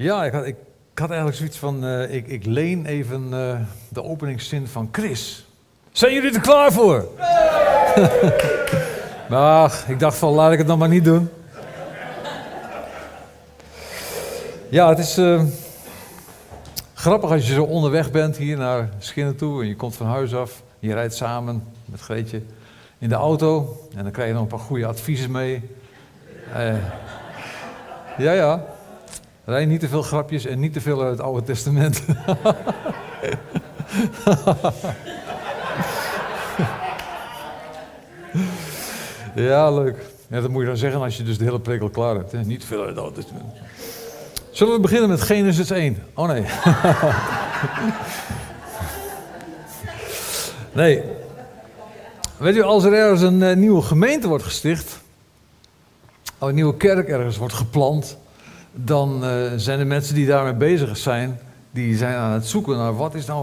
Ja, ik had eigenlijk zoiets van, ik leen even de openingszin van Chris. Zijn jullie er klaar voor? Maar ik dacht van, laat ik het dan maar niet doen. Ja, het is grappig als je zo onderweg bent hier naar Schinnen toe en je komt van huis af. Je rijdt samen met Greetje in de auto en dan krijg je nog een paar goede adviezen mee. Ja. Rij niet te veel grapjes en niet te veel uit het Oude Testament. Ja, leuk. Ja, dat moet je dan zeggen als je dus de hele preek al klaar hebt. Hè? Niet te veel uit het Oude Testament. Zullen we beginnen met Genesis 1? Oh nee. Nee. Weet u, als er ergens een nieuwe gemeente wordt gesticht, of een nieuwe kerk ergens wordt geplant, dan zijn de mensen die daarmee bezig zijn, die zijn aan het zoeken naar wat is nou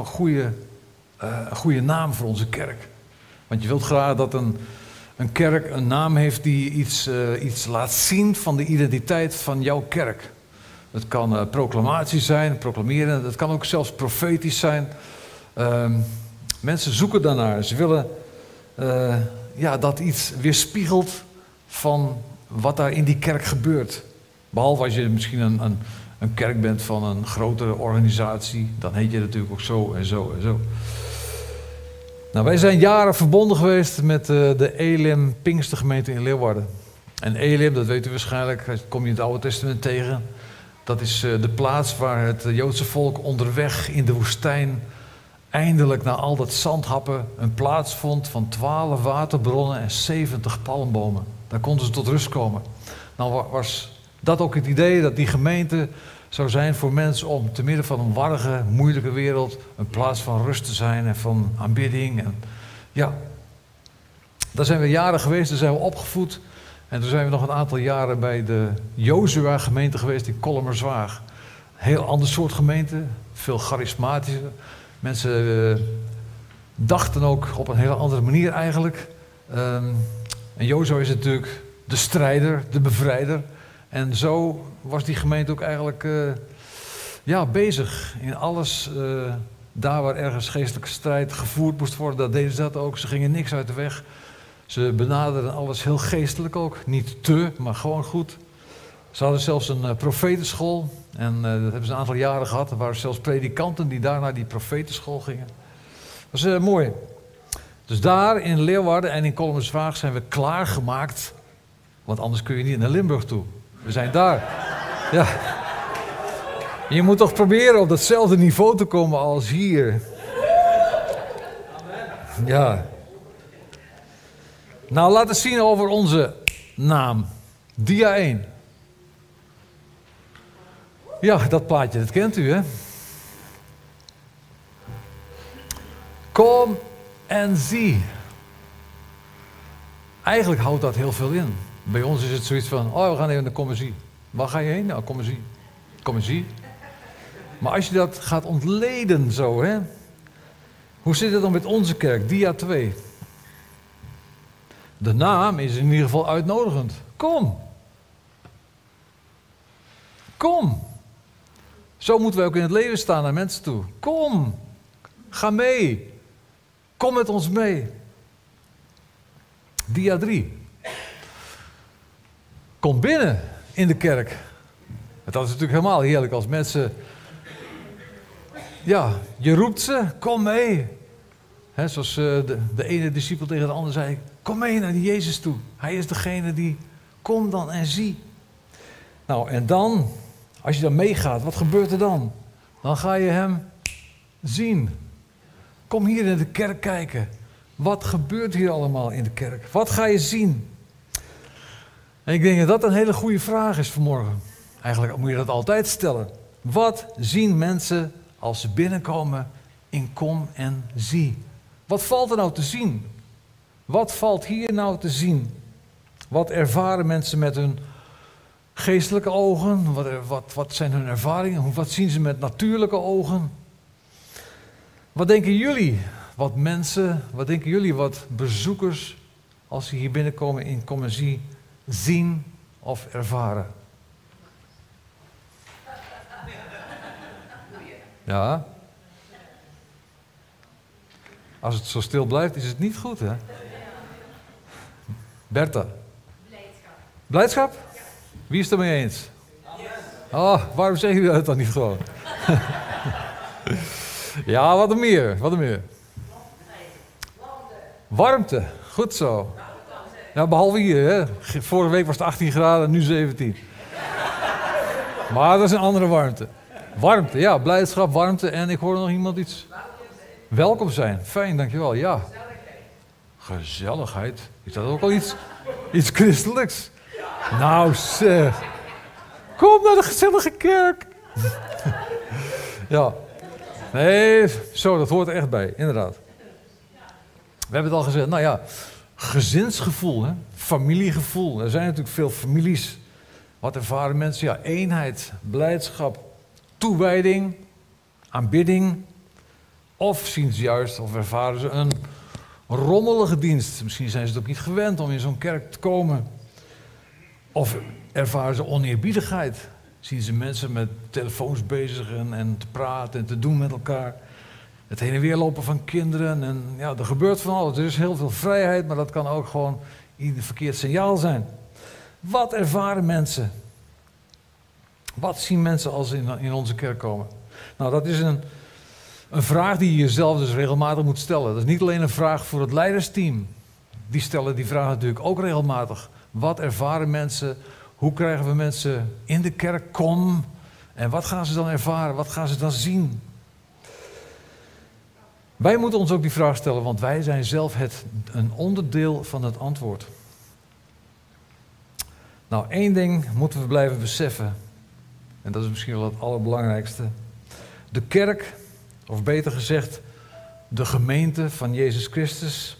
een goede naam voor onze kerk. Want je wilt graag dat een kerk een naam heeft die iets laat zien van de identiteit van jouw kerk. Het kan proclamatie zijn, proclameren, het kan ook zelfs profetisch zijn. Mensen zoeken daarnaar. Ze willen dat iets weerspiegelt van wat daar in die kerk gebeurt. Behalve als je misschien een kerk bent van een grotere organisatie, dan heet je natuurlijk ook zo en zo en zo. Nou, wij zijn jaren verbonden geweest met de Elim Pinkstergemeente in Leeuwarden. En Elim, dat weet u waarschijnlijk, dat kom je in het Oude Testament tegen. Dat is de plaats waar het Joodse volk onderweg in de woestijn eindelijk na al dat zandhappen een plaats vond van 12 waterbronnen en 70 palmbomen. Daar konden ze tot rust komen. Nou was dat ook het idee dat die gemeente zou zijn voor mensen om te midden van een warrige, moeilijke wereld een plaats van rust te zijn en van aanbidding. En ja, daar zijn we jaren geweest, daar zijn we opgevoed. En toen zijn we nog een aantal jaren bij de Jozua gemeente geweest in Kollemerzwaag. Heel ander soort gemeente, veel charismatischer. Mensen dachten ook op een hele andere manier eigenlijk. En Jozua is natuurlijk de strijder, de bevrijder. En zo was die gemeente ook eigenlijk bezig in alles. Daar waar ergens geestelijke strijd gevoerd moest worden, dat deden ze dat ook. Ze gingen niks uit de weg. Ze benaderden alles heel geestelijk ook. Niet te, maar gewoon goed. Ze hadden zelfs een profetenschool. En dat hebben ze een aantal jaren gehad. Er waren zelfs predikanten die daar naar die profetenschool gingen. Dat was mooi. Dus daar in Leeuwarden en in Kollemerzwaag zijn we klaargemaakt. Want anders kun je niet naar Limburg toe. We zijn daar. Ja. Je moet toch proberen op datzelfde niveau te komen als hier. Ja. Nou, laten we zien over onze naam. Dia 1. Ja, dat plaatje, dat kent u, hè? Kom en zie. Eigenlijk houdt dat heel veel in. Bij ons is het zoiets van, we gaan even naar Kom en zie. Waar ga je heen? Nou, Kom en zie. Kom en zie. Maar als je dat gaat ontleden zo, hè? Hoe zit het dan met onze kerk? Dia 2. De naam is in ieder geval uitnodigend. Kom. Kom. Zo moeten wij ook in het leven staan naar mensen toe. Kom. Ga mee. Kom met ons mee. Dia 3. Kom binnen in de kerk. Dat is natuurlijk helemaal heerlijk als mensen... Ja, je roept ze, kom mee. He, zoals de ene discipel tegen de ander zei, kom mee naar die Jezus toe. Hij is degene die, kom dan en zie. Nou, en dan, als je dan meegaat, wat gebeurt er dan? Dan ga je hem zien. Kom hier in de kerk kijken. Wat gebeurt hier allemaal in de kerk? Wat ga je zien? En ik denk dat dat een hele goede vraag is vanmorgen. Eigenlijk moet je dat altijd stellen. Wat zien mensen als ze binnenkomen in Kom en Zie? Wat valt er nou te zien? Wat valt hier nou te zien? Wat ervaren mensen met hun geestelijke ogen? Wat zijn hun ervaringen? Wat zien ze met natuurlijke ogen? Wat denken jullie? Wat denken jullie wat bezoekers, als ze hier binnenkomen in Kom en Zie, zien of ervaren? Ja. Als het zo stil blijft, is het niet goed, hè? Bertha. Blijdschap. Blijdschap? Wie is het ermee eens? Oh, waarom zeggen jullie het dan niet gewoon? Ja, wat er meer? Wat er meer? Warmte. Goed zo. Ja, behalve hier, hè. Vorige week was het 18 graden, nu 17. Maar dat is een andere warmte. Warmte, ja, blijdschap, warmte en ik hoorde nog iemand iets. Welkom zijn. Fijn, dankjewel. Ja. Gezelligheid. Is dat ook al iets christelijks? Nou zeg. Kom naar de gezellige kerk. Ja. Nee, zo, dat hoort er echt bij, inderdaad. We hebben het al gezegd, nou ja, gezinsgevoel, hè? Familiegevoel. Er zijn natuurlijk veel families. Wat ervaren mensen? Ja, eenheid, blijdschap, toewijding, aanbidding. Of zien ze juist, of ervaren ze een rommelige dienst. Misschien zijn ze het ook niet gewend om in zo'n kerk te komen. Of ervaren ze oneerbiedigheid. Zien ze mensen met telefoons bezig en te praten en te doen met elkaar. Het heen en weer lopen van kinderen. En ja, er gebeurt van alles. Er is heel veel vrijheid, maar dat kan ook gewoon een verkeerd signaal zijn. Wat ervaren mensen? Wat zien mensen als ze in onze kerk komen? Nou, dat is een vraag die je jezelf dus regelmatig moet stellen. Dat is niet alleen een vraag voor het leidersteam. Die stellen die vraag natuurlijk ook regelmatig. Wat ervaren mensen? Hoe krijgen we mensen in de kerk? Kom. En wat gaan ze dan ervaren? Wat gaan ze dan zien? Wij moeten ons ook die vraag stellen, want wij zijn zelf een onderdeel van het antwoord. Nou, één ding moeten we blijven beseffen. En dat is misschien wel het allerbelangrijkste. De kerk, of beter gezegd, de gemeente van Jezus Christus,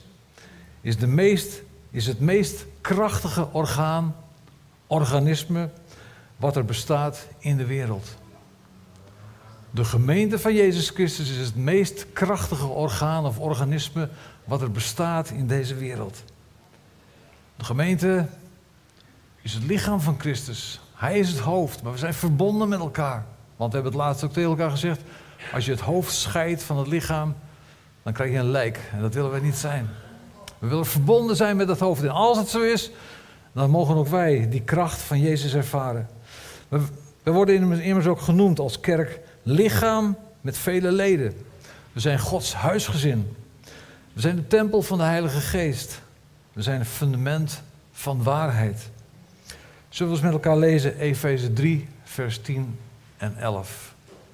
is het meest krachtige organisme wat er bestaat in de wereld. De gemeente van Jezus Christus is het meest krachtige orgaan of organisme wat er bestaat in deze wereld. De gemeente is het lichaam van Christus. Hij is het hoofd, maar we zijn verbonden met elkaar. Want we hebben het laatst ook tegen elkaar gezegd, als je het hoofd scheidt van het lichaam, dan krijg je een lijk. En dat willen wij niet zijn. We willen verbonden zijn met het hoofd. En als het zo is, dan mogen ook wij die kracht van Jezus ervaren. We worden immers ook genoemd als kerk lichaam met vele leden. We zijn Gods huisgezin. We zijn de tempel van de Heilige Geest. We zijn het fundament van waarheid. Zullen we eens met elkaar lezen Efeze 3, vers 10 en 11.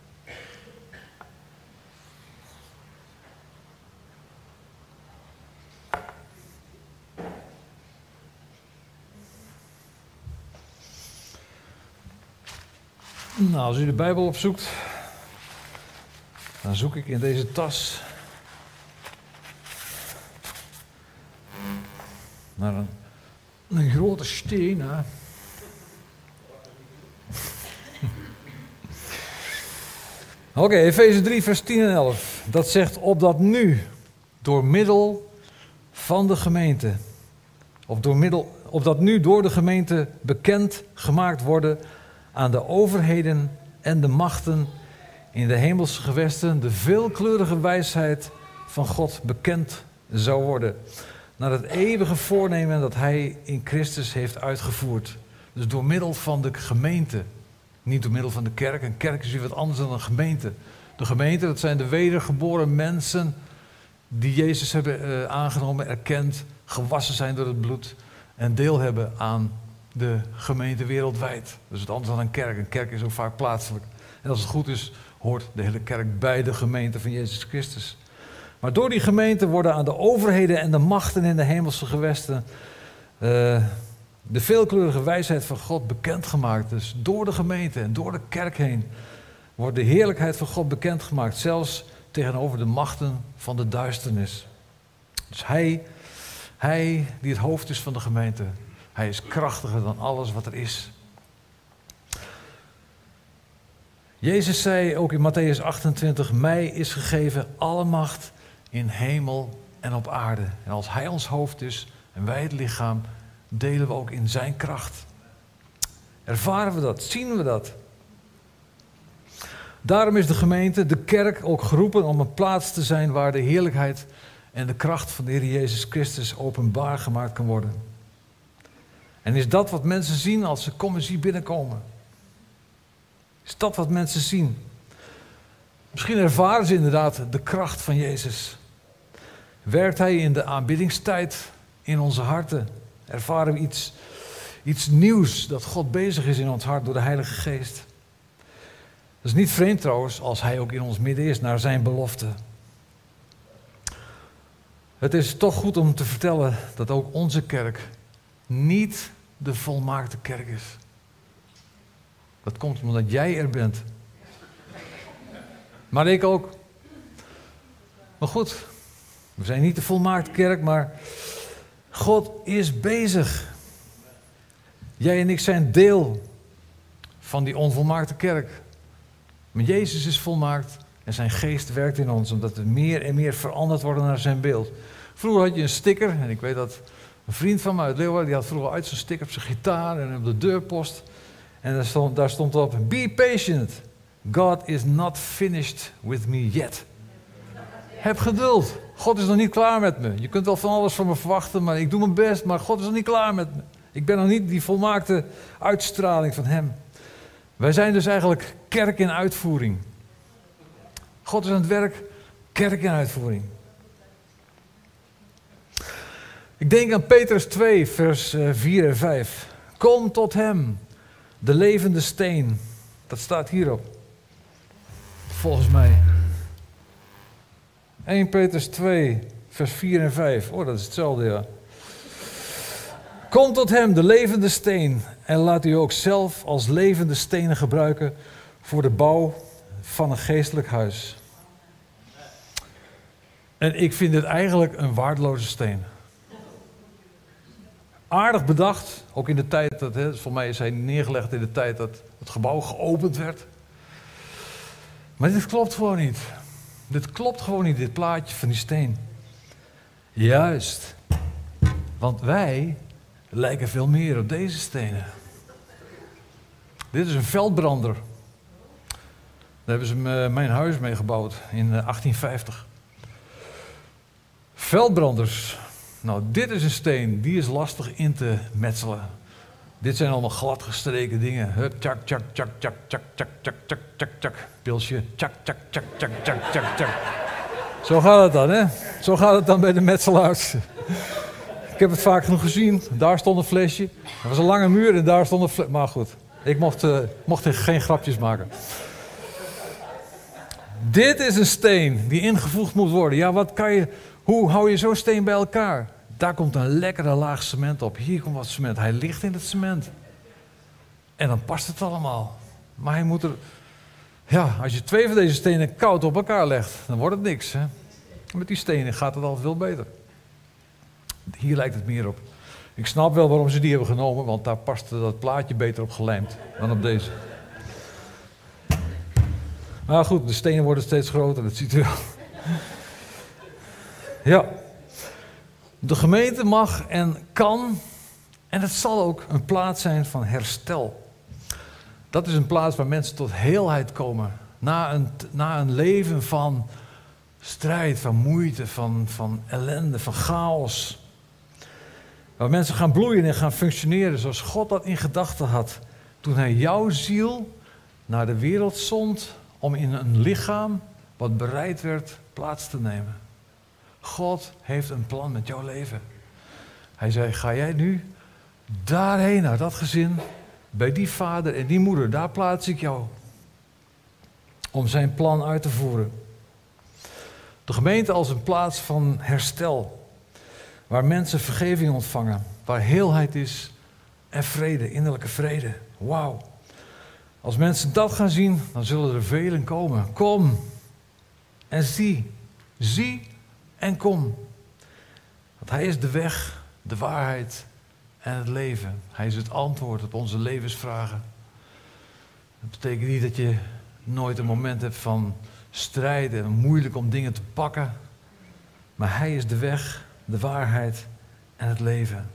Nou, als u de Bijbel opzoekt, dan zoek ik in deze tas naar een grote steen. Hè. Oké, Efeze 3, vers 10 en 11. Dat zegt, opdat nu door middel van de gemeente, opdat nu door de gemeente bekend gemaakt worden aan de overheden en de machten in de hemelse gewesten de veelkleurige wijsheid van God bekend zou worden. Naar het eeuwige voornemen dat Hij in Christus heeft uitgevoerd. Dus door middel van de gemeente. Niet door middel van de kerk. Een kerk is weer wat anders dan een gemeente. De gemeente, dat zijn de wedergeboren mensen die Jezus hebben aangenomen, erkend, gewassen zijn door het bloed en deel hebben aan de gemeente wereldwijd. Dat is het anders dan een kerk. Een kerk is ook vaak plaatselijk. En als het goed is, hoort de hele kerk bij de gemeente van Jezus Christus. Maar door die gemeente worden aan de overheden en de machten in de hemelse gewesten de veelkleurige wijsheid van God bekendgemaakt. Dus door de gemeente en door de kerk heen wordt de heerlijkheid van God bekendgemaakt. Zelfs tegenover de machten van de duisternis. Dus hij die het hoofd is van de gemeente, hij is krachtiger dan alles wat er is. Jezus zei ook in Matthäus 28, mij is gegeven alle macht in hemel en op aarde. En als hij ons hoofd is en wij het lichaam, delen we ook in zijn kracht. Ervaren we dat? Zien we dat? Daarom is de gemeente, de kerk, ook geroepen om een plaats te zijn waar de heerlijkheid en de kracht van de Heer Jezus Christus openbaar gemaakt kan worden. En is dat wat mensen zien als ze commissie binnenkomen? Is dat wat mensen zien? Misschien ervaren ze inderdaad de kracht van Jezus. Werkt Hij in de aanbiddingstijd in onze harten? Ervaren we iets nieuws dat God bezig is in ons hart door de Heilige Geest? Dat is niet vreemd trouwens als Hij ook in ons midden is naar zijn belofte. Het is toch goed om te vertellen dat ook onze kerk niet de volmaakte kerk is. Dat komt omdat jij er bent. Maar ik ook. Maar goed, we zijn niet de volmaakte kerk, maar God is bezig. Jij en ik zijn deel van die onvolmaakte kerk. Maar Jezus is volmaakt en zijn geest werkt in ons, omdat we meer en meer veranderd worden naar zijn beeld. Vroeger had je een sticker, en ik weet dat een vriend van me uit Leeuwarden, die had vroeger uit zo'n sticker op zijn gitaar en op de deurpost. En daar stond op, be patient, God is not finished with me yet. Heb geduld, God is nog niet klaar met me. Je kunt wel van alles van me verwachten, maar ik doe mijn best, maar God is nog niet klaar met me. Ik ben nog niet die volmaakte uitstraling van hem. Wij zijn dus eigenlijk kerk in uitvoering. God is aan het werk, kerk in uitvoering. Ik denk aan Petrus 2, vers 4 en 5. Kom tot hem, de levende steen. Dat staat hierop. Volgens mij. 1 Petrus 2, vers 4 en 5. Oh, dat is hetzelfde, ja. Kom tot hem, de levende steen. En laat u ook zelf als levende stenen gebruiken voor de bouw van een geestelijk huis. En ik vind dit eigenlijk een waardeloze steen. Aardig bedacht, ook in de tijd, voor mij is hij neergelegd in de tijd dat het gebouw geopend werd. Maar dit klopt gewoon niet. Dit klopt gewoon niet, dit plaatje van die steen. Juist. Want wij lijken veel meer op deze stenen. Dit is een veldbrander. Daar hebben ze mijn huis mee gebouwd in 1850. Veldbranders. Nou, dit is een steen, die is lastig in te metselen. Dit zijn allemaal gladgestreken dingen. Hup, tjak, tjak, tjak, tjak, tjak, tjak, tjak, tjak, tjak, tjak. Pilsje, tjak, tjak, tjak, tjak, tjak, tjak, tjak. Zo gaat het dan, hè? Zo gaat het dan bij de metselaars. Ik heb het vaak genoeg gezien. Daar stond een flesje. Er was een lange muur en daar stond een flesje. Maar goed, ik mocht geen grapjes maken. Dit is een steen die ingevoegd moet worden. Ja, hoe hou je zo'n steen bij elkaar? Daar komt een lekkere laag cement op. Hier komt wat cement. Hij ligt in het cement. En dan past het allemaal. Maar hij moet er... Ja, als je 2 van deze stenen koud op elkaar legt, dan wordt het niks. Hè? Met die stenen gaat het altijd veel beter. Hier lijkt het meer op. Ik snap wel waarom ze die hebben genomen, want daar paste dat plaatje beter op gelijmd dan op deze. Maar goed, de stenen worden steeds groter, dat ziet u wel. Ja. De gemeente mag en kan, en het zal ook een plaats zijn van herstel. Dat is een plaats waar mensen tot heelheid komen. Na een leven van strijd, van moeite, van ellende, van chaos. Waar mensen gaan bloeien en gaan functioneren zoals God dat in gedachten had. Toen hij jouw ziel naar de wereld zond om in een lichaam wat bereid werd plaats te nemen. God heeft een plan met jouw leven. Hij zei, ga jij nu daarheen, naar dat gezin, bij die vader en die moeder, daar plaats ik jou. Om zijn plan uit te voeren. De gemeente als een plaats van herstel. Waar mensen vergeving ontvangen. Waar heelheid is en vrede, innerlijke vrede. Wauw. Als mensen dat gaan zien, dan zullen er velen komen. Kom en zie. Zie en kom. Want hij is de weg, de waarheid en het leven. Hij is het antwoord op onze levensvragen. Dat betekent niet dat je nooit een moment hebt van strijd en moeilijk om dingen te pakken. Maar hij is de weg, de waarheid en het leven.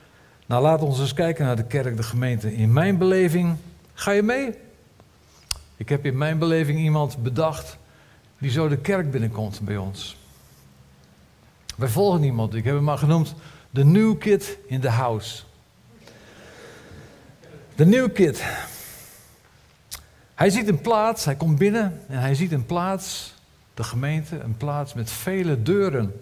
Nou, laten we eens kijken naar de kerk, de gemeente. In mijn beleving, ga je mee? Ik heb in mijn beleving iemand bedacht die zo de kerk binnenkomt bij ons. Wij volgen iemand, ik heb hem maar genoemd de new kid in the house. De new kid. Hij ziet een plaats, hij komt binnen en hij ziet een plaats, de gemeente, een plaats met vele deuren.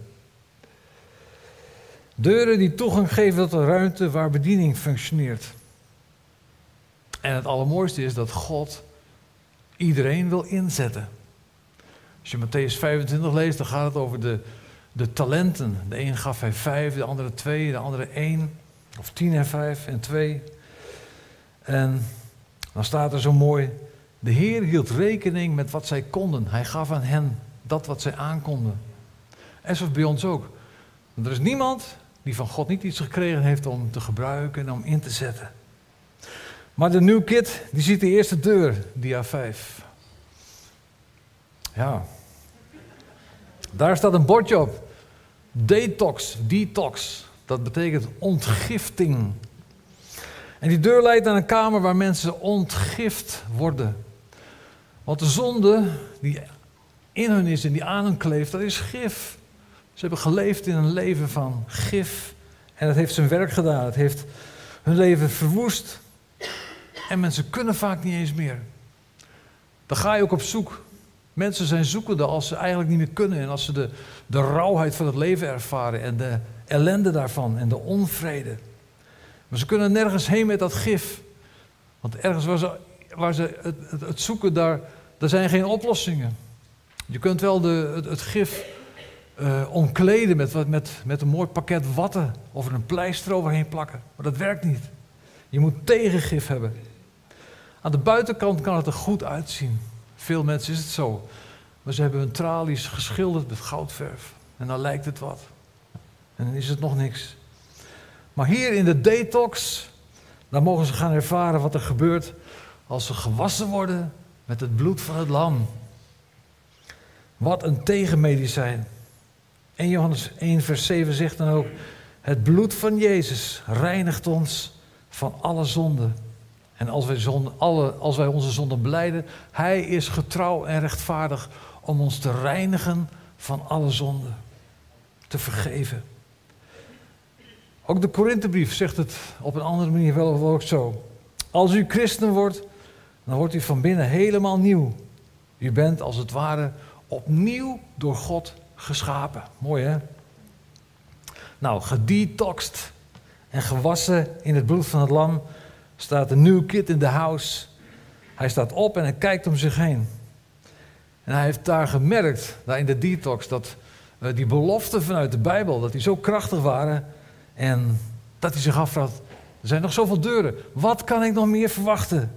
Deuren die toegang geven tot een ruimte waar bediening functioneert. En het allermooiste is dat God iedereen wil inzetten. Als je Mattheüs 25 leest, dan gaat het over de talenten. De een gaf hij 5, de andere 2, de andere 1. Of 10 en 5 en 2. En dan staat er zo mooi: de Heer hield rekening met wat zij konden. Hij gaf aan hen dat wat zij aankonden. En zoals bij ons ook. Er is niemand die van God niet iets gekregen heeft om te gebruiken en om in te zetten. Maar de new kid, die ziet de eerste deur, dia 5. Ja. Daar staat een bordje op. Detox. Dat betekent ontgifting. En die deur leidt naar een kamer waar mensen ontgift worden. Want de zonde die in hun is en die aan hen kleeft, dat is gif. Ze hebben geleefd in een leven van gif. En dat heeft zijn werk gedaan. Het heeft hun leven verwoest. En mensen kunnen vaak niet eens meer. Dan ga je ook op zoek. Mensen zijn zoekende als ze eigenlijk niet meer kunnen. En als ze de rauwheid van het leven ervaren. En de ellende daarvan. En de onvrede. Maar ze kunnen nergens heen met dat gif. Want ergens waar ze het zoeken, daar zijn geen oplossingen. Je kunt wel het gif omkleden met een mooi pakket watten. Of er een pleister overheen plakken. Maar dat werkt niet. Je moet tegengif hebben. Aan de buitenkant kan het er goed uitzien. Veel mensen is het zo. Maar ze hebben hun tralies geschilderd met goudverf. En dan lijkt het wat. En dan is het nog niks. Maar hier in de detox, dan mogen ze gaan ervaren wat er gebeurt als ze gewassen worden met het bloed van het lam. Wat een tegenmedicijn. 1 Johannes 1 vers 7 zegt dan ook: het bloed van Jezus reinigt ons van alle zonde. En als wij onze zonden belijden, Hij is getrouw en rechtvaardig om ons te reinigen van alle zonde. Te vergeven. Ook de Korinthebrief zegt het op een andere manier wel of ook zo. Als u christen wordt, dan wordt u van binnen helemaal nieuw. U bent als het ware opnieuw door God geschapen. Mooi hè? Nou, gedetoxed en gewassen in het bloed van het lam staat een new kid in the house. Hij staat op en hij kijkt om zich heen. En hij heeft daar gemerkt, daar in de detox, dat die beloften vanuit de Bijbel, dat die zo krachtig waren. En dat hij zich afvraagt, er zijn nog zoveel deuren. Wat kan ik nog meer verwachten?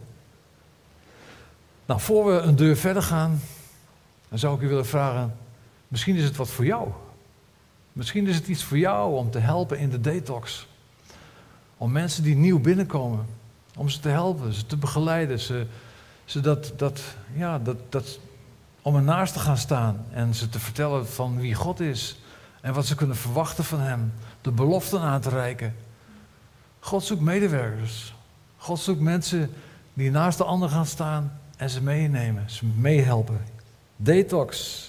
Nou, voor we een deur verder gaan, dan zou ik u willen vragen, misschien is het wat voor jou. Misschien is het iets voor jou om te helpen in de detox. Om mensen die nieuw binnenkomen, om ze te helpen, ze te begeleiden, om ernaast te gaan staan en ze te vertellen van wie God is en wat ze kunnen verwachten van Hem, de beloften aan te reiken. God zoekt medewerkers. God zoekt mensen die naast de ander gaan staan en ze meenemen, ze meehelpen. Detox.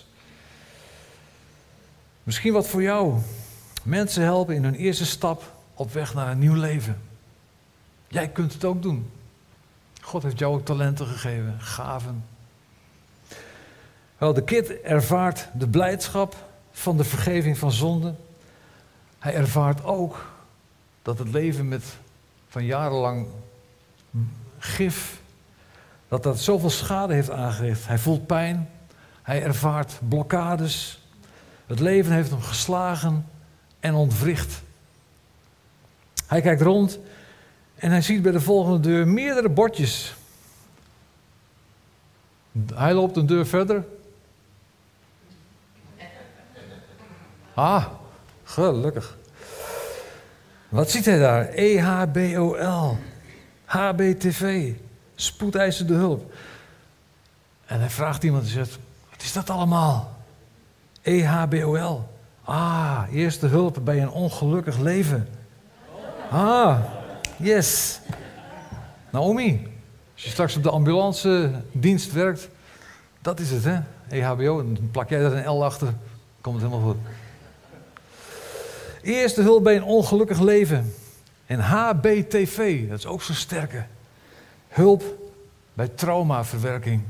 Misschien wat voor jou. Mensen helpen in hun eerste stap op weg naar een nieuw leven. Jij kunt het ook doen. God heeft jou ook talenten gegeven, gaven. Wel, de kind ervaart de blijdschap van de vergeving van zonde. Hij ervaart ook dat het leven van jarenlang gif, dat zoveel schade heeft aangericht. Hij voelt pijn, hij ervaart blokkades. Het leven heeft hem geslagen en ontwricht. Hij kijkt rond en hij ziet bij de volgende deur meerdere bordjes. Hij loopt een deur verder. Ah, gelukkig. Wat ziet hij daar? EHBOL, HBTV, spoedeisende hulp. En hij vraagt iemand en zegt, wat is dat allemaal? EHBOL. Ah, eerste hulp bij een ongelukkig leven. Ah, yes. Naomi, Als je straks op de ambulance dienst werkt, dat is het, hè? EHBO, dan plak jij daar een L achter, komt het helemaal goed. Eerste hulp bij een ongelukkig leven. En HBTV, dat is ook zo'n sterke. Hulp bij traumaverwerking.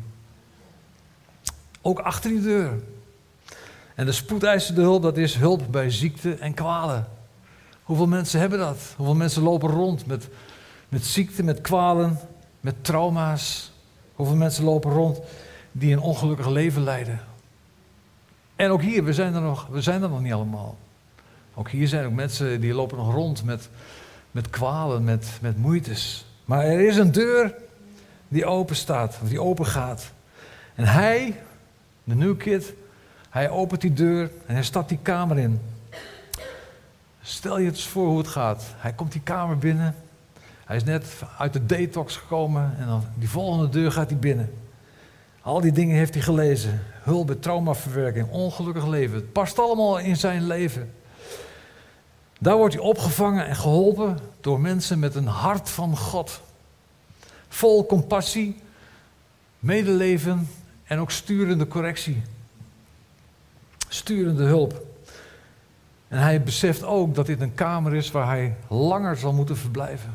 Ook achter die deur. En de spoedeisende hulp, dat is hulp bij ziekte en kwalen. Hoeveel mensen hebben dat? Hoeveel mensen lopen rond met ziekte, met kwalen, met trauma's? Hoeveel mensen lopen rond die een ongelukkig leven leiden? En ook hier, we zijn er nog niet allemaal. Ook hier zijn ook mensen die lopen nog rond met kwalen, met moeites. Maar er is een deur die open staat, of die open gaat. En hij, de New Kid, hij opent die deur en hij stapt die kamer in. Stel je het eens voor hoe het gaat. Hij komt die kamer binnen. Hij is net uit de detox gekomen en dan die volgende deur gaat hij binnen. Al die dingen heeft hij gelezen. Hulp bij traumaverwerking, ongelukkig leven. Het past allemaal in zijn leven. Daar wordt hij opgevangen en geholpen door mensen met een hart van God. Vol compassie, medeleven en ook sturende correctie. Sturende hulp. En hij beseft ook dat dit een kamer is waar hij langer zal moeten verblijven.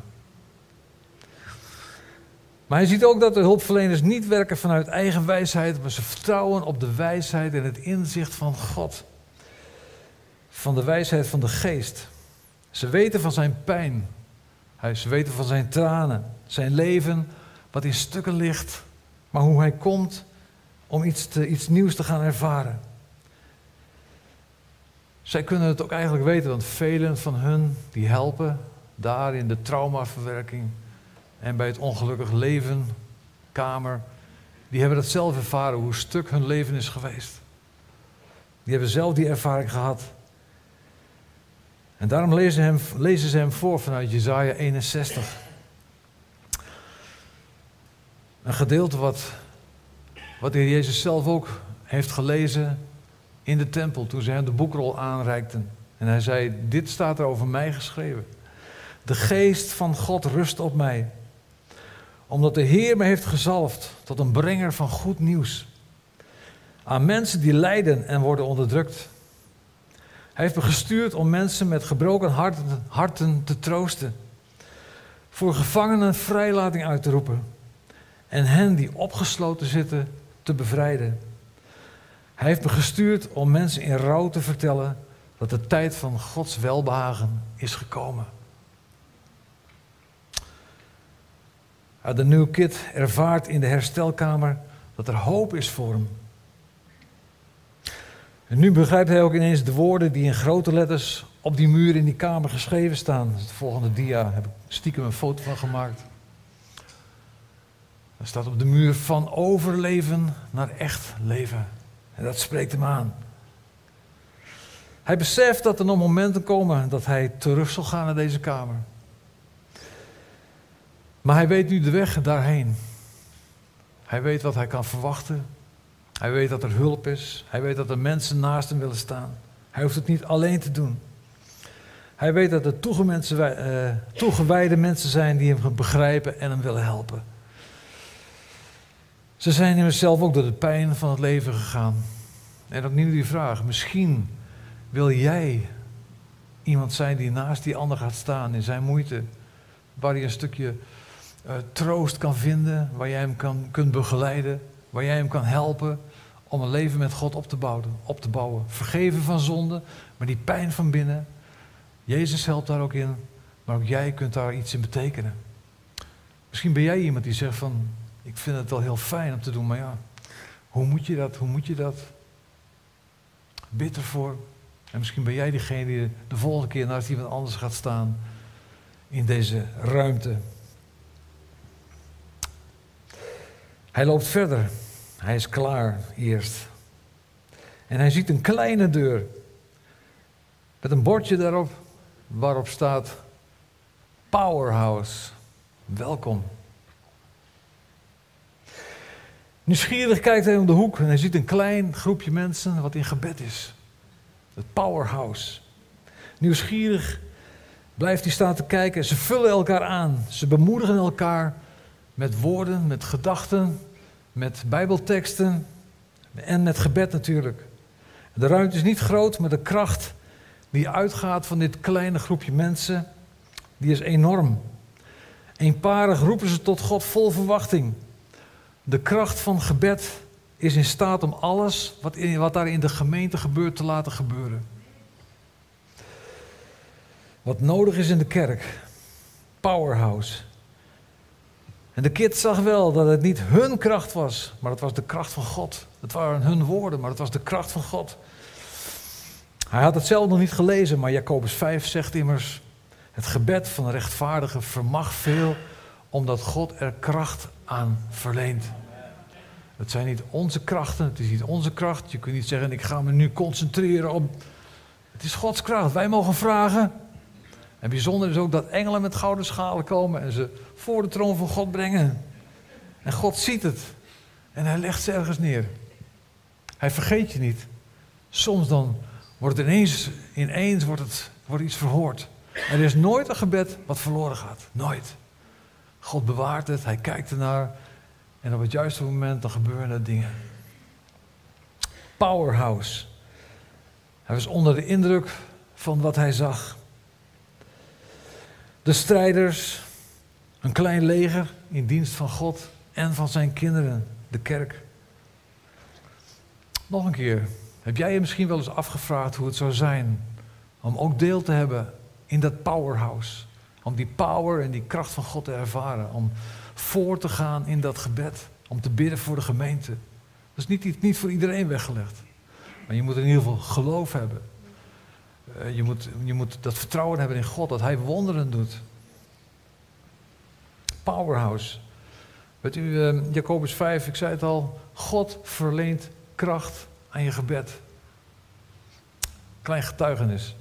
Maar hij ziet ook dat de hulpverleners niet werken vanuit eigen wijsheid, maar ze vertrouwen op de wijsheid en het inzicht van God. Van de wijsheid van de geest. Ze weten van zijn pijn. Ze weten van zijn tranen. Zijn leven wat in stukken ligt. Maar hoe hij komt om iets nieuws te gaan ervaren. Zij kunnen het ook eigenlijk weten, want velen van hun die helpen daar in de traumaverwerking en bij het ongelukkig leven, kamer, die hebben dat zelf ervaren, hoe stuk hun leven is geweest. Die hebben zelf die ervaring gehad. En daarom lezen ze hem voor vanuit Jesaja 61. Een gedeelte wat de Heer Jezus zelf ook heeft gelezen in de tempel toen ze hem de boekrol aanreikten. En hij zei, dit staat er over mij geschreven. De geest van God rust op mij. Omdat de Heer me heeft gezalfd tot een brenger van goed nieuws. Aan mensen die lijden en worden onderdrukt. Hij heeft me gestuurd om mensen met gebroken harten te troosten. Voor gevangenen vrijlating uit te roepen. En hen die opgesloten zitten te bevrijden. Hij heeft me gestuurd om mensen in rouw te vertellen dat de tijd van Gods welbehagen is gekomen. De New Kid ervaart in de herstelkamer dat er hoop is voor hem. En nu begrijpt hij ook ineens de woorden die in grote letters op die muur in die kamer geschreven staan. Dat is de volgende dia, heb ik stiekem een foto van gemaakt. Er staat op de muur van overleven naar echt leven. En dat spreekt hem aan. Hij beseft dat er nog momenten komen dat hij terug zal gaan naar deze kamer. Maar hij weet nu de weg daarheen. Hij weet wat hij kan verwachten. Hij weet dat er hulp is. Hij weet dat er mensen naast hem willen staan. Hij hoeft het niet alleen te doen. Hij weet dat er toegewijde mensen zijn die hem begrijpen en hem willen helpen. Ze zijn immers zelf ook door de pijn van het leven gegaan. En opnieuw die vraag, misschien wil jij iemand zijn die naast die ander gaat staan in zijn moeite. Waar hij een stukje troost kan vinden, waar jij hem kunt begeleiden, waar jij hem kan helpen om een leven met God op te bouwen. Vergeven van zonde, maar die pijn van binnen. Jezus helpt daar ook in, maar ook jij kunt daar iets in betekenen. Misschien ben jij iemand die zegt van, ik vind het wel heel fijn om te doen, maar ja, hoe moet je dat? Bid ervoor. En misschien ben jij diegene die de volgende keer naast iemand anders gaat staan in deze ruimte. Hij loopt verder. Hij is klaar eerst. En hij ziet een kleine deur. Met een bordje daarop waarop staat Powerhouse. Welkom. Nieuwsgierig kijkt hij om de hoek en hij ziet een klein groepje mensen wat in gebed is. Het Powerhouse. Nieuwsgierig blijft hij staan te kijken. Ze vullen elkaar aan. Ze bemoedigen elkaar. met woorden, met gedachten, met bijbelteksten en met gebed natuurlijk. De ruimte is niet groot, maar de kracht die uitgaat van dit kleine groepje mensen, die is enorm. Eenparig roepen ze tot God vol verwachting. De kracht van gebed is in staat om alles wat daar in de gemeente gebeurt te laten gebeuren. Wat nodig is in de kerk. Powerhouse. En de kids zag wel dat het niet hun kracht was, maar het was de kracht van God. Het waren hun woorden, maar het was de kracht van God. Hij had het zelf nog niet gelezen, maar Jacobus 5 zegt immers: het gebed van een rechtvaardige vermag veel, omdat God er kracht aan verleent. Het zijn niet onze krachten, het is niet onze kracht. Je kunt niet zeggen, ik ga me nu concentreren op... Het is Gods kracht, wij mogen vragen. En bijzonder is ook dat engelen met gouden schalen komen en ze voor de troon van God brengen. En God ziet het. En hij legt ze ergens neer. Hij vergeet je niet. Soms dan wordt het ineens wordt iets verhoord. Er is nooit een gebed wat verloren gaat. Nooit. God bewaart het, hij kijkt ernaar. En op het juiste moment dan gebeuren er dingen. Powerhouse. Hij was onder de indruk van wat hij zag. De strijders, een klein leger in dienst van God en van zijn kinderen, de kerk. Nog een keer, heb jij je misschien wel eens afgevraagd hoe het zou zijn om ook deel te hebben in dat powerhouse? Om die power en die kracht van God te ervaren, om voor te gaan in dat gebed, om te bidden voor de gemeente. Dat is niet voor iedereen weggelegd, maar je moet in ieder geval geloof hebben. Je moet dat vertrouwen hebben in God, dat hij wonderen doet. Powerhouse. Weet u, Jacobus 5, ik zei het al, God verleent kracht aan je gebed. Klein getuigenis.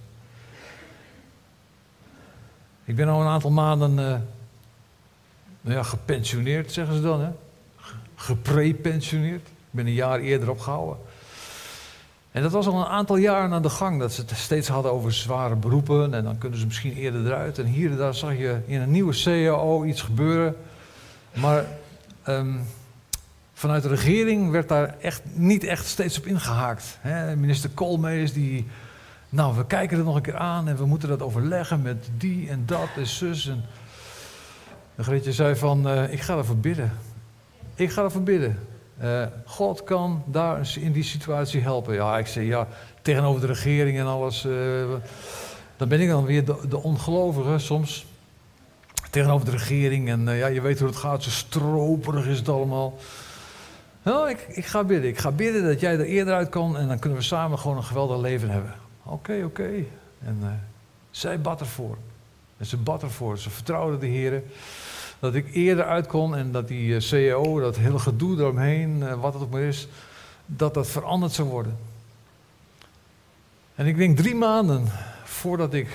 Ik ben al een aantal maanden gepensioneerd, zeggen ze dan. Hè? Geprepensioneerd. Ik ben een jaar eerder opgehouden. En dat was al een aantal jaren aan de gang, dat ze het steeds hadden over zware beroepen en dan kunnen ze misschien eerder eruit. En hier en daar zag je in een nieuwe CAO iets gebeuren. Maar vanuit de regering werd daar niet echt steeds op ingehaakt. Hè? Minister Koolmees, we kijken er nog een keer aan en we moeten dat overleggen met die en dat en zus. En Greetje zei van, ik ga ervoor bidden. Ik ga ervoor bidden. God kan daar in die situatie helpen. Ja, ik zei ja, tegenover de regering en alles. Dan ben ik dan weer de ongelovige soms. Tegenover de regering en je weet hoe het gaat, zo stroperig is het allemaal. Nou, ik ga bidden. Ik ga bidden dat jij er eerder uit kan en dan kunnen we samen gewoon een geweldig leven hebben. Oké. En zij bad ervoor. En ze bad ervoor. Ze vertrouwde de Heer dat ik eerder uit kon en dat die CAO, dat hele gedoe eromheen, wat het ook maar is, dat veranderd zou worden. En ik denk 3 maanden voordat ik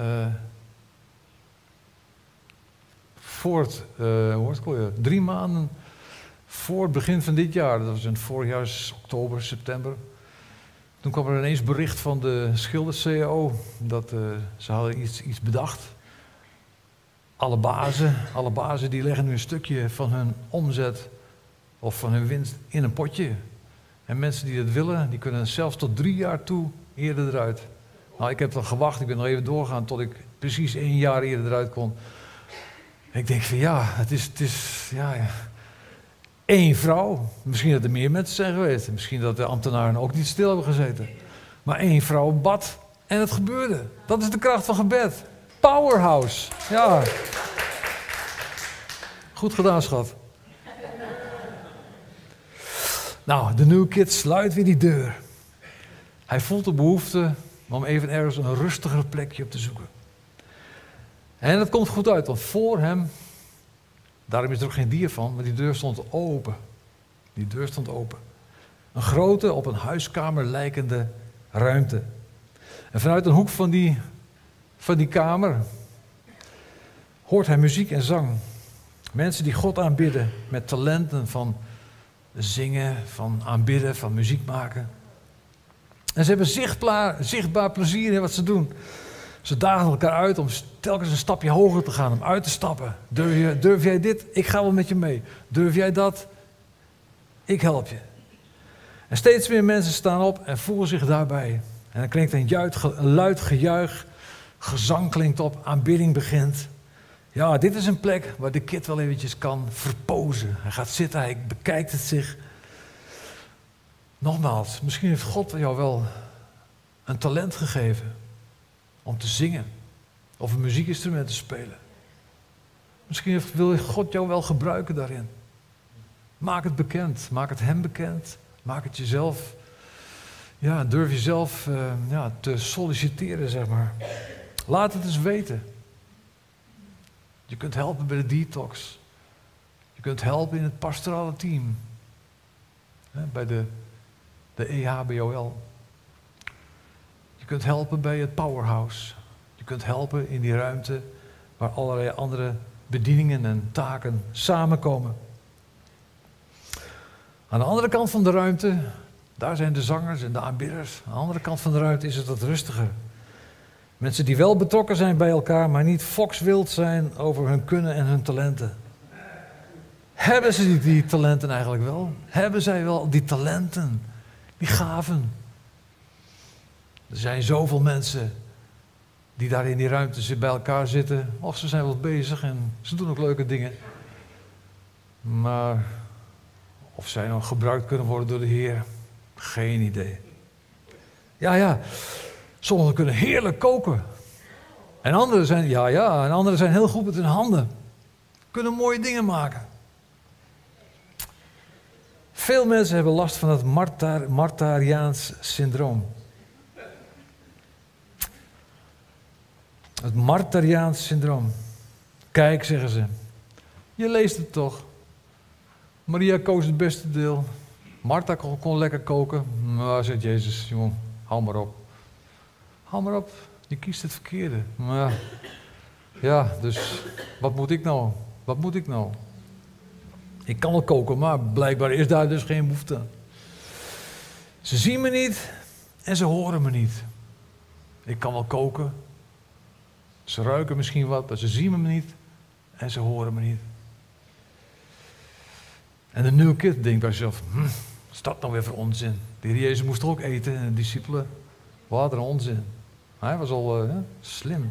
drie maanden voor het begin van dit jaar, dat was in het voorjaar, oktober, september. Toen kwam er ineens bericht van de schilder-CAO dat ze hadden iets bedacht. Alle bazen die leggen nu een stukje van hun omzet of van hun winst in een potje. En mensen die dat willen, die kunnen zelfs tot 3 jaar toe eerder eruit. Nou, ik heb dan gewacht, ik ben nog even doorgegaan tot ik precies 1 jaar eerder eruit kon. En ik denk van het is 1 vrouw. Misschien dat er meer mensen zijn geweest. Misschien dat de ambtenaren ook niet stil hebben gezeten. Maar 1 vrouw bad en het gebeurde. Dat is de kracht van gebed. Powerhouse. Ja. Goed gedaan, schat. Nou, de New Kid sluit weer die deur. Hij voelt de behoefte om even ergens een rustiger plekje op te zoeken. En dat komt goed uit, want voor hem, daarom is er ook geen dier van, maar die deur stond open. Die deur stond open. Een grote, op een huiskamer lijkende ruimte. En vanuit een hoek van die kamer hoort hij muziek en zang. Mensen die God aanbidden met talenten van zingen, van aanbidden, van muziek maken. En ze hebben zichtbaar plezier in wat ze doen. Ze dagen elkaar uit om telkens een stapje hoger te gaan, om uit te stappen. Durf jij dit? Ik ga wel met je mee. Durf jij dat? Ik help je. En steeds meer mensen staan op en voelen zich daarbij. En dan klinkt een luid gejuich, gezang klinkt op, aanbidding begint. Ja, dit is een plek waar de kid wel eventjes kan verpozen. Hij gaat zitten, hij bekijkt het zich. Nogmaals, misschien heeft God jou wel een talent gegeven om te zingen of een muziekinstrument te spelen. Misschien wil God jou wel gebruiken daarin. Maak het bekend, maak het hem bekend, maak het jezelf. Ja, durf jezelf te solliciteren, zeg maar. Laat het eens weten. Je kunt helpen bij de detox. Je kunt helpen in het pastorale team. Bij de EHBOL. Je kunt helpen bij het Powerhouse. Je kunt helpen in die ruimte waar allerlei andere bedieningen en taken samenkomen. Aan de andere kant van de ruimte, daar zijn de zangers en de aanbidders. Aan de andere kant van de ruimte is het wat rustiger. Mensen die wel betrokken zijn bij elkaar, maar niet fokswild zijn over hun kunnen en hun talenten. Hebben ze die talenten eigenlijk wel? Hebben zij wel die talenten, die gaven? Er zijn zoveel mensen die daar in die ruimte bij elkaar zitten. Och, ze zijn wel bezig en ze doen ook leuke dingen. Maar of zij nou gebruikt kunnen worden door de Heer, geen idee. Ja, sommigen kunnen heerlijk koken. En anderen zijn heel goed met hun handen. Kunnen mooie dingen maken. Veel mensen hebben last van het Martariaans syndroom. Het Martariaans syndroom. Kijk, zeggen ze. Je leest het toch. Maria koos het beste deel. Martha kon lekker koken. Maar zegt Jezus, jongen, hou maar op. Hou maar op, je kiest het verkeerde. Maar ja, dus wat moet ik nou? Wat moet ik nou? Ik kan wel koken, maar blijkbaar is daar dus geen behoefte aan. Ze zien me niet en ze horen me niet. Ik kan wel koken. Ze ruiken misschien wat, maar ze zien me niet en ze horen me niet. En de New Kid denkt bij zichzelf, wat is dat nou weer voor onzin? De Heer Jezus moest toch ook eten en de discipelen, wat een onzin. Hij was al slim.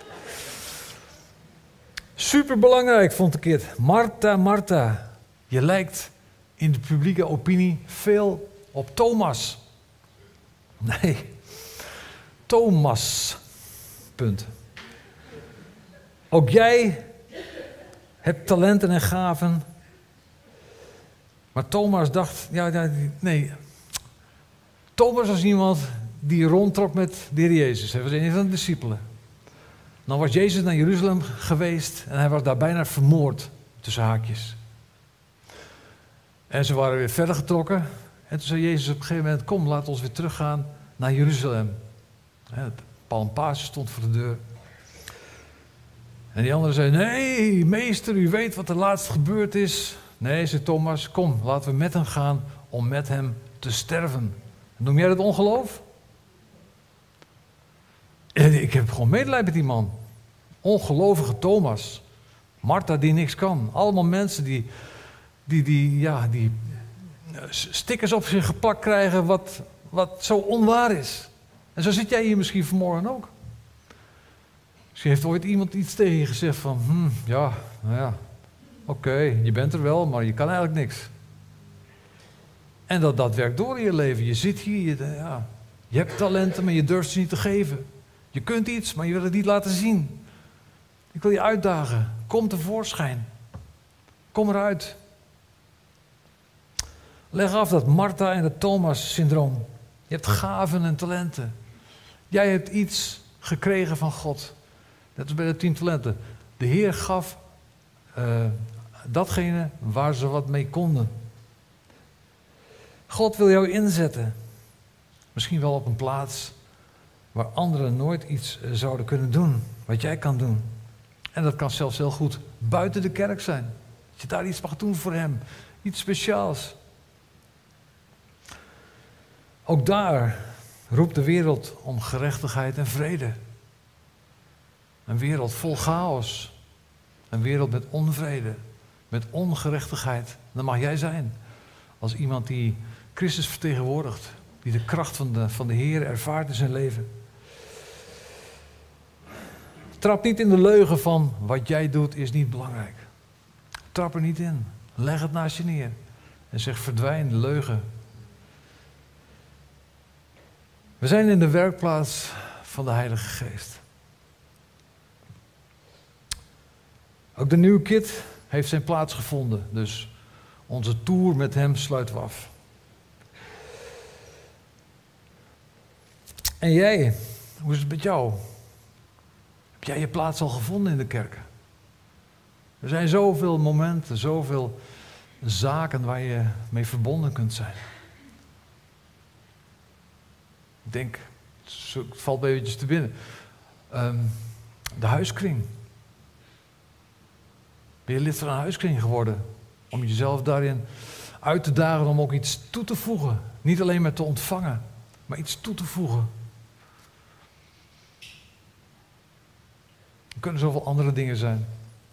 Superbelangrijk vond de Kid. Martha, je lijkt in de publieke opinie veel op Thomas. Nee, Thomas. Punt. Ook jij hebt talenten en gaven. Maar Thomas dacht, nee. Thomas was iemand die rondtrok met de Heer Jezus. Hij was een van de discipelen. Dan was Jezus naar Jeruzalem geweest en hij was daar bijna vermoord, tussen haakjes. En ze waren weer verder getrokken. En toen zei Jezus op een gegeven moment, kom, laat ons weer teruggaan naar Jeruzalem. Het Palmpaasje stond voor de deur. En die andere zei, nee, meester, u weet wat er laatst gebeurd is. Nee, zei Thomas, kom, laten we met hem gaan om met hem te sterven. Noem jij dat ongeloof? Ik heb gewoon medelijden met die man. Ongelovige Thomas. Martha die niks kan. Allemaal mensen die stickers op zich geplakt krijgen wat zo onwaar is. En zo zit jij hier misschien vanmorgen ook. Misschien heeft ooit iemand iets tegen je gezegd van, oké, je bent er wel, maar je kan eigenlijk niks. En dat werkt door in je leven. Je zit hier, je hebt talenten, maar je durft ze niet te geven. Je kunt iets, maar je wil het niet laten zien. Ik wil je uitdagen. Kom tevoorschijn. Kom eruit. Leg af dat Martha en het Thomas-syndroom. Je hebt gaven en talenten. Jij hebt iets gekregen van God. Net als bij de 10 talenten. De Heer gaf datgene waar ze wat mee konden. God wil jou inzetten. Misschien wel op een plaats waar anderen nooit iets zouden kunnen doen. Wat jij kan doen. En dat kan zelfs heel goed buiten de kerk zijn. Dat je daar iets mag doen voor hem. Iets speciaals. Ook daar roept de wereld om gerechtigheid en vrede. Een wereld vol chaos. Een wereld met onvrede, met ongerechtigheid. Dat mag jij zijn. Als iemand die Christus vertegenwoordigt. Die de kracht van de Heer ervaart in zijn leven. Trap niet in de leugen van wat jij doet is niet belangrijk. Trap er niet in. Leg het naast je neer. En zeg verdwijn, leugen. We zijn in de werkplaats van de Heilige Geest. Ook de New Kid heeft zijn plaats gevonden. Dus onze tour met hem sluiten we af. En jij, hoe is het met jou? Heb jij je plaats al gevonden in de kerk? Er zijn zoveel momenten, zoveel zaken waar je mee verbonden kunt zijn. Ik denk, het valt me eventjes te binnen. De huiskring. Ben je lid van een huiskring geworden? Om jezelf daarin uit te dagen om ook iets toe te voegen. Niet alleen maar te ontvangen, maar iets toe te voegen. Er kunnen zoveel andere dingen zijn.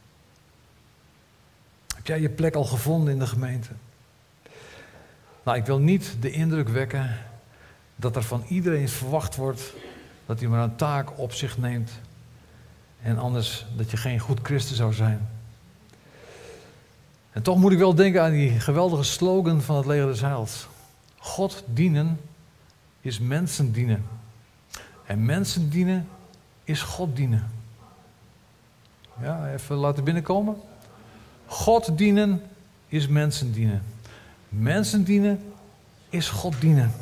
Heb jij je plek al gevonden in de gemeente? Nou, ik wil niet de indruk wekken dat er van iedereen verwacht wordt dat hij maar een taak op zich neemt. En anders dat je geen goed christen zou zijn. En toch moet ik wel denken aan die geweldige slogan van het Leger des Heils. God dienen is mensen dienen. En mensen dienen is God dienen. Ja, even laten binnenkomen. God dienen is mensen dienen. Mensen dienen is God dienen.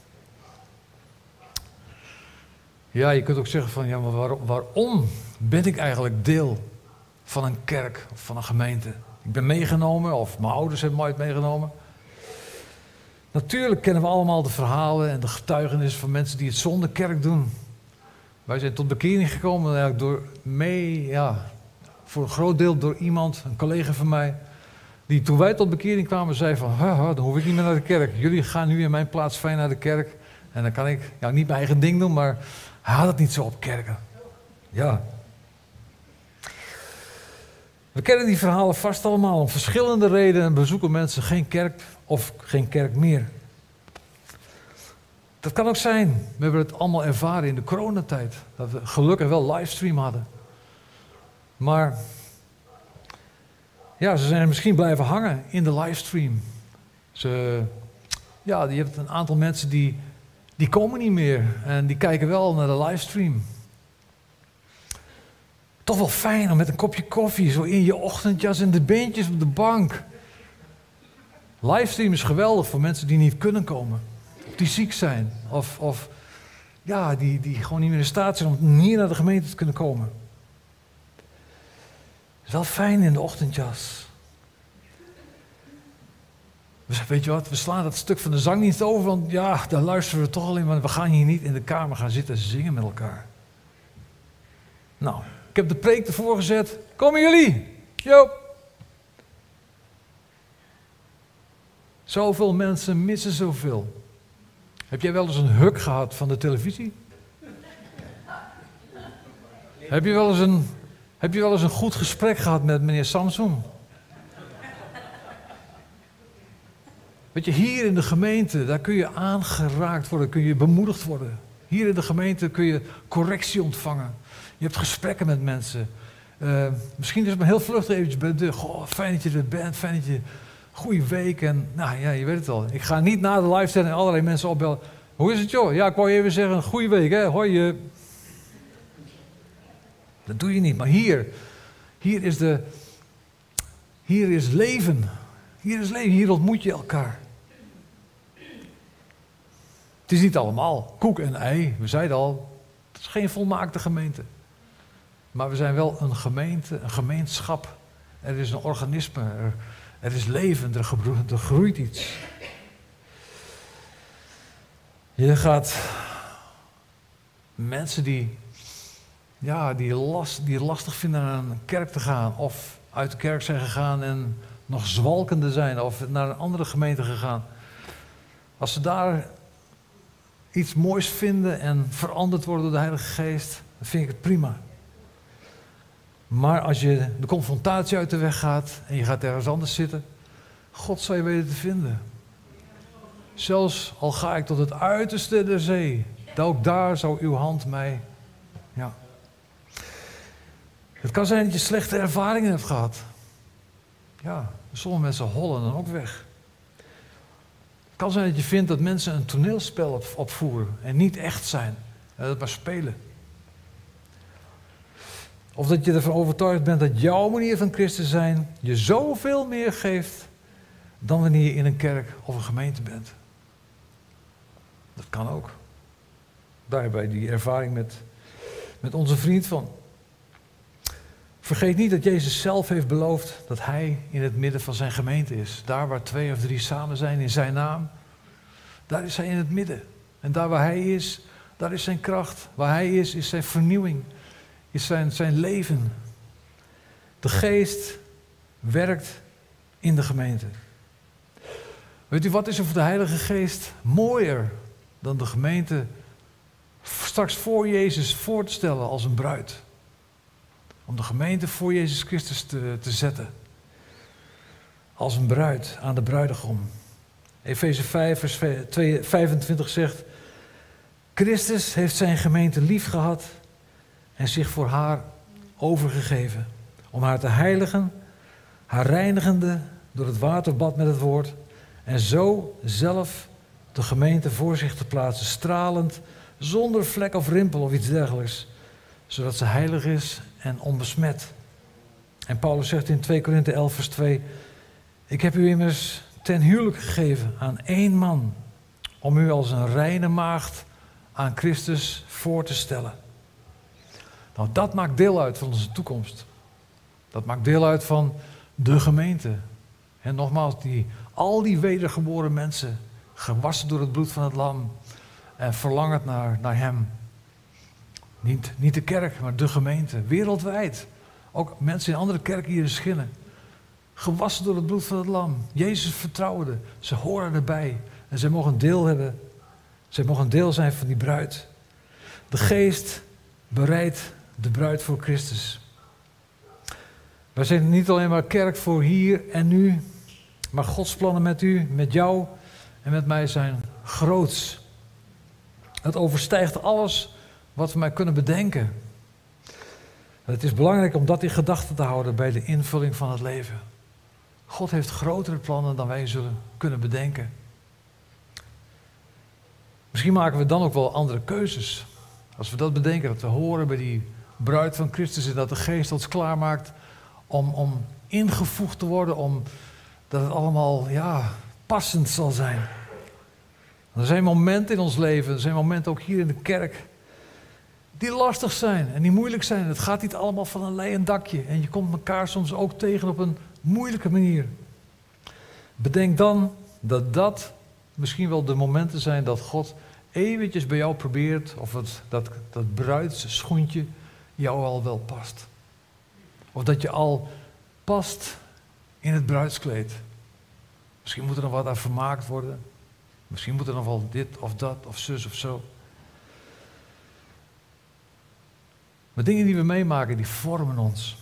Ja, je kunt ook zeggen van, ja, maar waarom ben ik eigenlijk deel van een kerk of van een gemeente? Ik ben meegenomen, of mijn ouders hebben me ooit meegenomen. Natuurlijk kennen we allemaal de verhalen en de getuigenissen van mensen die het zonder kerk doen. Wij zijn tot bekering gekomen eigenlijk voor een groot deel door iemand, een collega van mij, die toen wij tot bekering kwamen zei van, dan hoef ik niet meer naar de kerk. Jullie gaan nu in mijn plaats fijn naar de kerk. En dan kan ik niet mijn eigen ding doen, maar hij had het niet zo op kerken. Ja. We kennen die verhalen vast allemaal. Om verschillende redenen bezoeken mensen geen kerk of geen kerk meer. Dat kan ook zijn. We hebben het allemaal ervaren in de coronatijd. Dat we gelukkig wel livestream hadden. Maar ja, ze zijn misschien blijven hangen in de livestream. Je hebt een aantal mensen die komen niet meer. En die kijken wel naar de livestream. Toch wel fijn om met een kopje koffie, zo in je ochtendjas en de beentjes op de bank. Livestream is geweldig voor mensen die niet kunnen komen. Of die ziek zijn. Of die gewoon niet meer in staat zijn om hier naar de gemeente te kunnen komen. Het is wel fijn in de ochtendjas. Weet je wat, we slaan dat stuk van de zangdienst over, want ja, daar luisteren we toch alleen maar. We gaan hier niet in de kamer gaan zitten zingen met elkaar. Nou, ik heb de preek ervoor gezet. Komen jullie? Jo. Zoveel mensen missen zoveel. Heb jij wel eens een huk gehad van de televisie? Heb je wel eens een goed gesprek gehad met meneer Samson? Weet je, hier in de gemeente, daar kun je aangeraakt worden, kun je bemoedigd worden. Hier in de gemeente kun je correctie ontvangen. Je hebt gesprekken met mensen. Misschien is het maar heel vluchtig eventjes bij de deur. Goh, fijn dat je er bent, fijn dat je... Goeie week en... Nou ja, je weet het al. Ik ga niet na de live en allerlei mensen opbellen. Hoe is het joh? Ja, ik wou je even zeggen, goeie week hè. Hoi. Dat doe je niet, maar hier is leven. Hier is leven, hier ontmoet je elkaar. Het is niet allemaal koek en ei, we zeiden al, het is geen volmaakte gemeente. Maar we zijn wel een gemeente, een gemeenschap. Er is een organisme, er is leven, er groeit iets. Je gaat mensen die lastig vinden naar een kerk te gaan, of uit de kerk zijn gegaan en nog zwalkende zijn, of naar een andere gemeente gegaan. Als ze daar iets moois vinden en veranderd worden door de Heilige Geest, dan vind ik het prima. Maar als je de confrontatie uit de weg gaat en je gaat ergens anders zitten, God zal je weten te vinden. Zelfs al ga ik tot het uiterste der zee, ook daar zou uw hand mij... Ja. Het kan zijn dat je slechte ervaringen hebt gehad. Ja, sommige mensen hollen dan ook weg. Het kan zijn dat je vindt dat mensen een toneelspel opvoeren en niet echt zijn. En dat maar spelen. Of dat je ervan overtuigd bent dat jouw manier van christen zijn je zoveel meer geeft dan wanneer je in een kerk of een gemeente bent. Dat kan ook. Daarbij die ervaring met onze vriend van. Vergeet niet dat Jezus zelf heeft beloofd dat hij in het midden van zijn gemeente is. Daar waar 2 of 3 samen zijn in zijn naam, daar is hij in het midden. En daar waar hij is, daar is zijn kracht. Waar hij is zijn vernieuwing, is zijn leven. De geest werkt in de gemeente. Weet u, wat is er voor de Heilige Geest mooier dan de gemeente straks voor Jezus voor te stellen als een bruid? Om de gemeente voor Jezus Christus te zetten. Als een bruid aan de bruidegom. Efeze 5 vers 25 zegt: Christus heeft zijn gemeente lief gehad en zich voor haar overgegeven. Om haar te heiligen, haar reinigende door het waterbad met het woord. En zo zelf de gemeente voor zich te plaatsen, stralend, zonder vlek of rimpel of iets dergelijks. Zodat ze heilig is en onbesmet. En Paulus zegt in 2 Korinthe 11 vers 2: Ik heb u immers ten huwelijk gegeven aan 1 man, om u als een reine maagd aan Christus voor te stellen. Nou, dat maakt deel uit van onze toekomst. Dat maakt deel uit van de gemeente. En nogmaals, al die wedergeboren mensen, gewassen door het bloed van het lam en verlangend naar hem. Niet de kerk, maar de gemeente, wereldwijd. Ook mensen in andere kerken hier in Schinnen. Gewassen door het bloed van het lam. Jezus vertrouwde, ze horen erbij. En zij mogen deel hebben. Zij mogen deel zijn van die bruid. De geest bereidt de bruid voor Christus. Wij zijn niet alleen maar kerk voor hier en nu, maar Gods plannen met u, met jou en met mij zijn groots. Het overstijgt alles wat we maar kunnen bedenken. Het is belangrijk om dat in gedachten te houden bij de invulling van het leven. God heeft grotere plannen dan wij zullen kunnen bedenken. Misschien maken we dan ook wel andere keuzes. Als we dat bedenken, dat we horen bij die bruid van Christus en dat de geest ons klaarmaakt om ingevoegd te worden, dat het allemaal passend zal zijn. Er zijn momenten in ons leven, er zijn momenten ook hier in de kerk, die lastig zijn en die moeilijk zijn. Het gaat niet allemaal van een leien dakje en je komt elkaar soms ook tegen op een moeilijke manier. Bedenk dan dat misschien wel de momenten zijn dat God eventjes bij jou probeert of dat bruidsschoentje jou al wel past. Of dat je al past in het bruidskleed. Misschien moet er nog wat aan vermaakt worden. Misschien moet er nog wel dit of dat of zus of zo. Maar dingen die we meemaken, die vormen ons.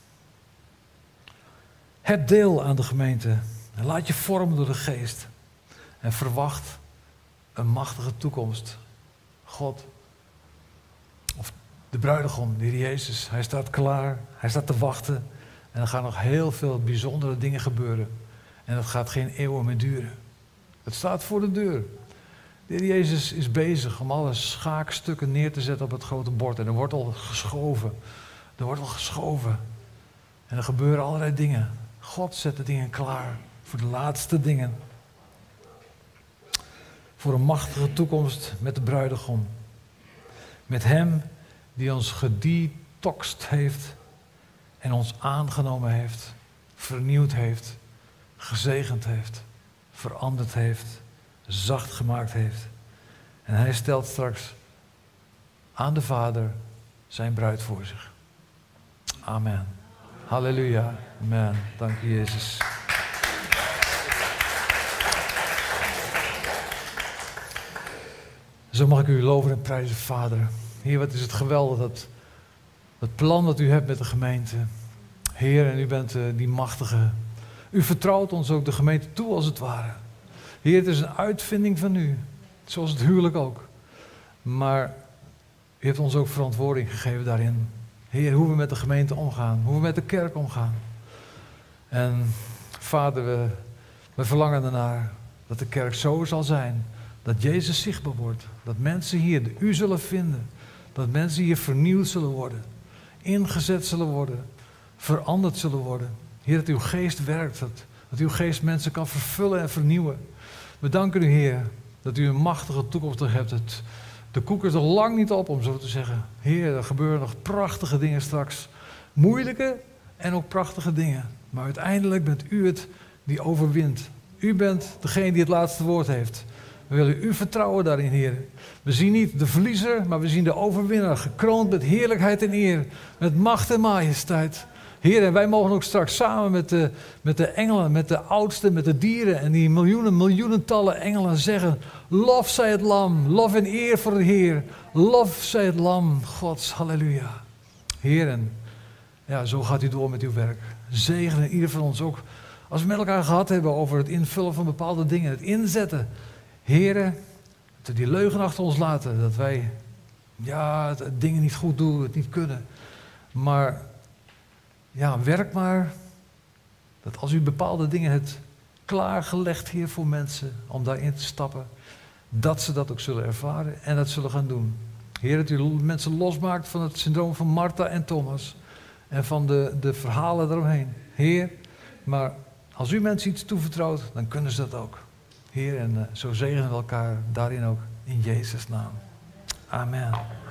Heb deel aan de gemeente. En laat je vormen door de geest. En verwacht een machtige toekomst. God, of de bruidegom, de Heer Jezus, hij staat klaar. Hij staat te wachten. En er gaan nog heel veel bijzondere dingen gebeuren. En dat gaat geen eeuwen meer duren. Het staat voor de deur. De Heer Jezus is bezig om alle schaakstukken neer te zetten op het grote bord. En er wordt al geschoven. En er gebeuren allerlei dingen. God zet de dingen klaar voor de laatste dingen. Voor een machtige toekomst met de bruidegom. Met hem die ons gedetoxed heeft en ons aangenomen heeft, vernieuwd heeft, gezegend heeft, veranderd heeft, zacht gemaakt heeft. En hij stelt straks aan de Vader zijn bruid voor zich. Amen. Halleluja. Amen. Dank je, Jezus. Zo mag ik u loven en prijzen, Vader. Heer, wat is het geweldig dat Het plan dat u hebt met de gemeente. Heer, en u bent die machtige. U vertrouwt ons ook de gemeente toe als het ware. Heer, het is een uitvinding van u. Zoals het huwelijk ook. Maar u hebt ons ook verantwoording gegeven daarin. Heer, hoe we met de gemeente omgaan. Hoe we met de kerk omgaan. En Vader, we verlangen ernaar dat de kerk zo zal zijn. Dat Jezus zichtbaar wordt. Dat mensen hier u zullen vinden. Dat mensen hier vernieuwd zullen worden. Ingezet zullen worden. Veranderd zullen worden. Heer, dat uw geest werkt. Dat uw geest mensen kan vervullen en vernieuwen. We danken u, Heer, dat u een machtige toekomst hebt. De koek is nog lang niet op, om zo te zeggen. Heer, er gebeuren nog prachtige dingen straks. Moeilijke en ook prachtige dingen. Maar uiteindelijk bent u het die overwint. U bent degene die het laatste woord heeft. We willen u vertrouwen daarin, Heer. We zien niet de verliezer, maar we zien de overwinnaar. Gekroond met heerlijkheid en eer. Met macht en majesteit. Heer, en wij mogen ook straks samen met de engelen, met de oudsten, met de dieren en die miljoenentallen engelen zeggen: lof zij het lam, lof en eer voor de Heer. Lof zij het lam, Gods, halleluja. Heer, en ja, zo gaat u door met uw werk. Zegenen ieder van ons ook. Als we met elkaar gehad hebben over het invullen van bepaalde dingen, het inzetten. Heer, dat die leugen achter ons laten, dat wij dingen niet goed doen, het niet kunnen. Maar ja, werk maar dat als u bepaalde dingen hebt klaargelegd, Heer, voor mensen om daarin te stappen, dat ze dat ook zullen ervaren en dat zullen gaan doen. Heer, dat u mensen losmaakt van het syndroom van Martha en Thomas en van de verhalen daaromheen. Heer, maar als u mensen iets toevertrouwt, dan kunnen ze dat ook. Heer, en zo zegenen we elkaar daarin ook in Jezus' naam. Amen.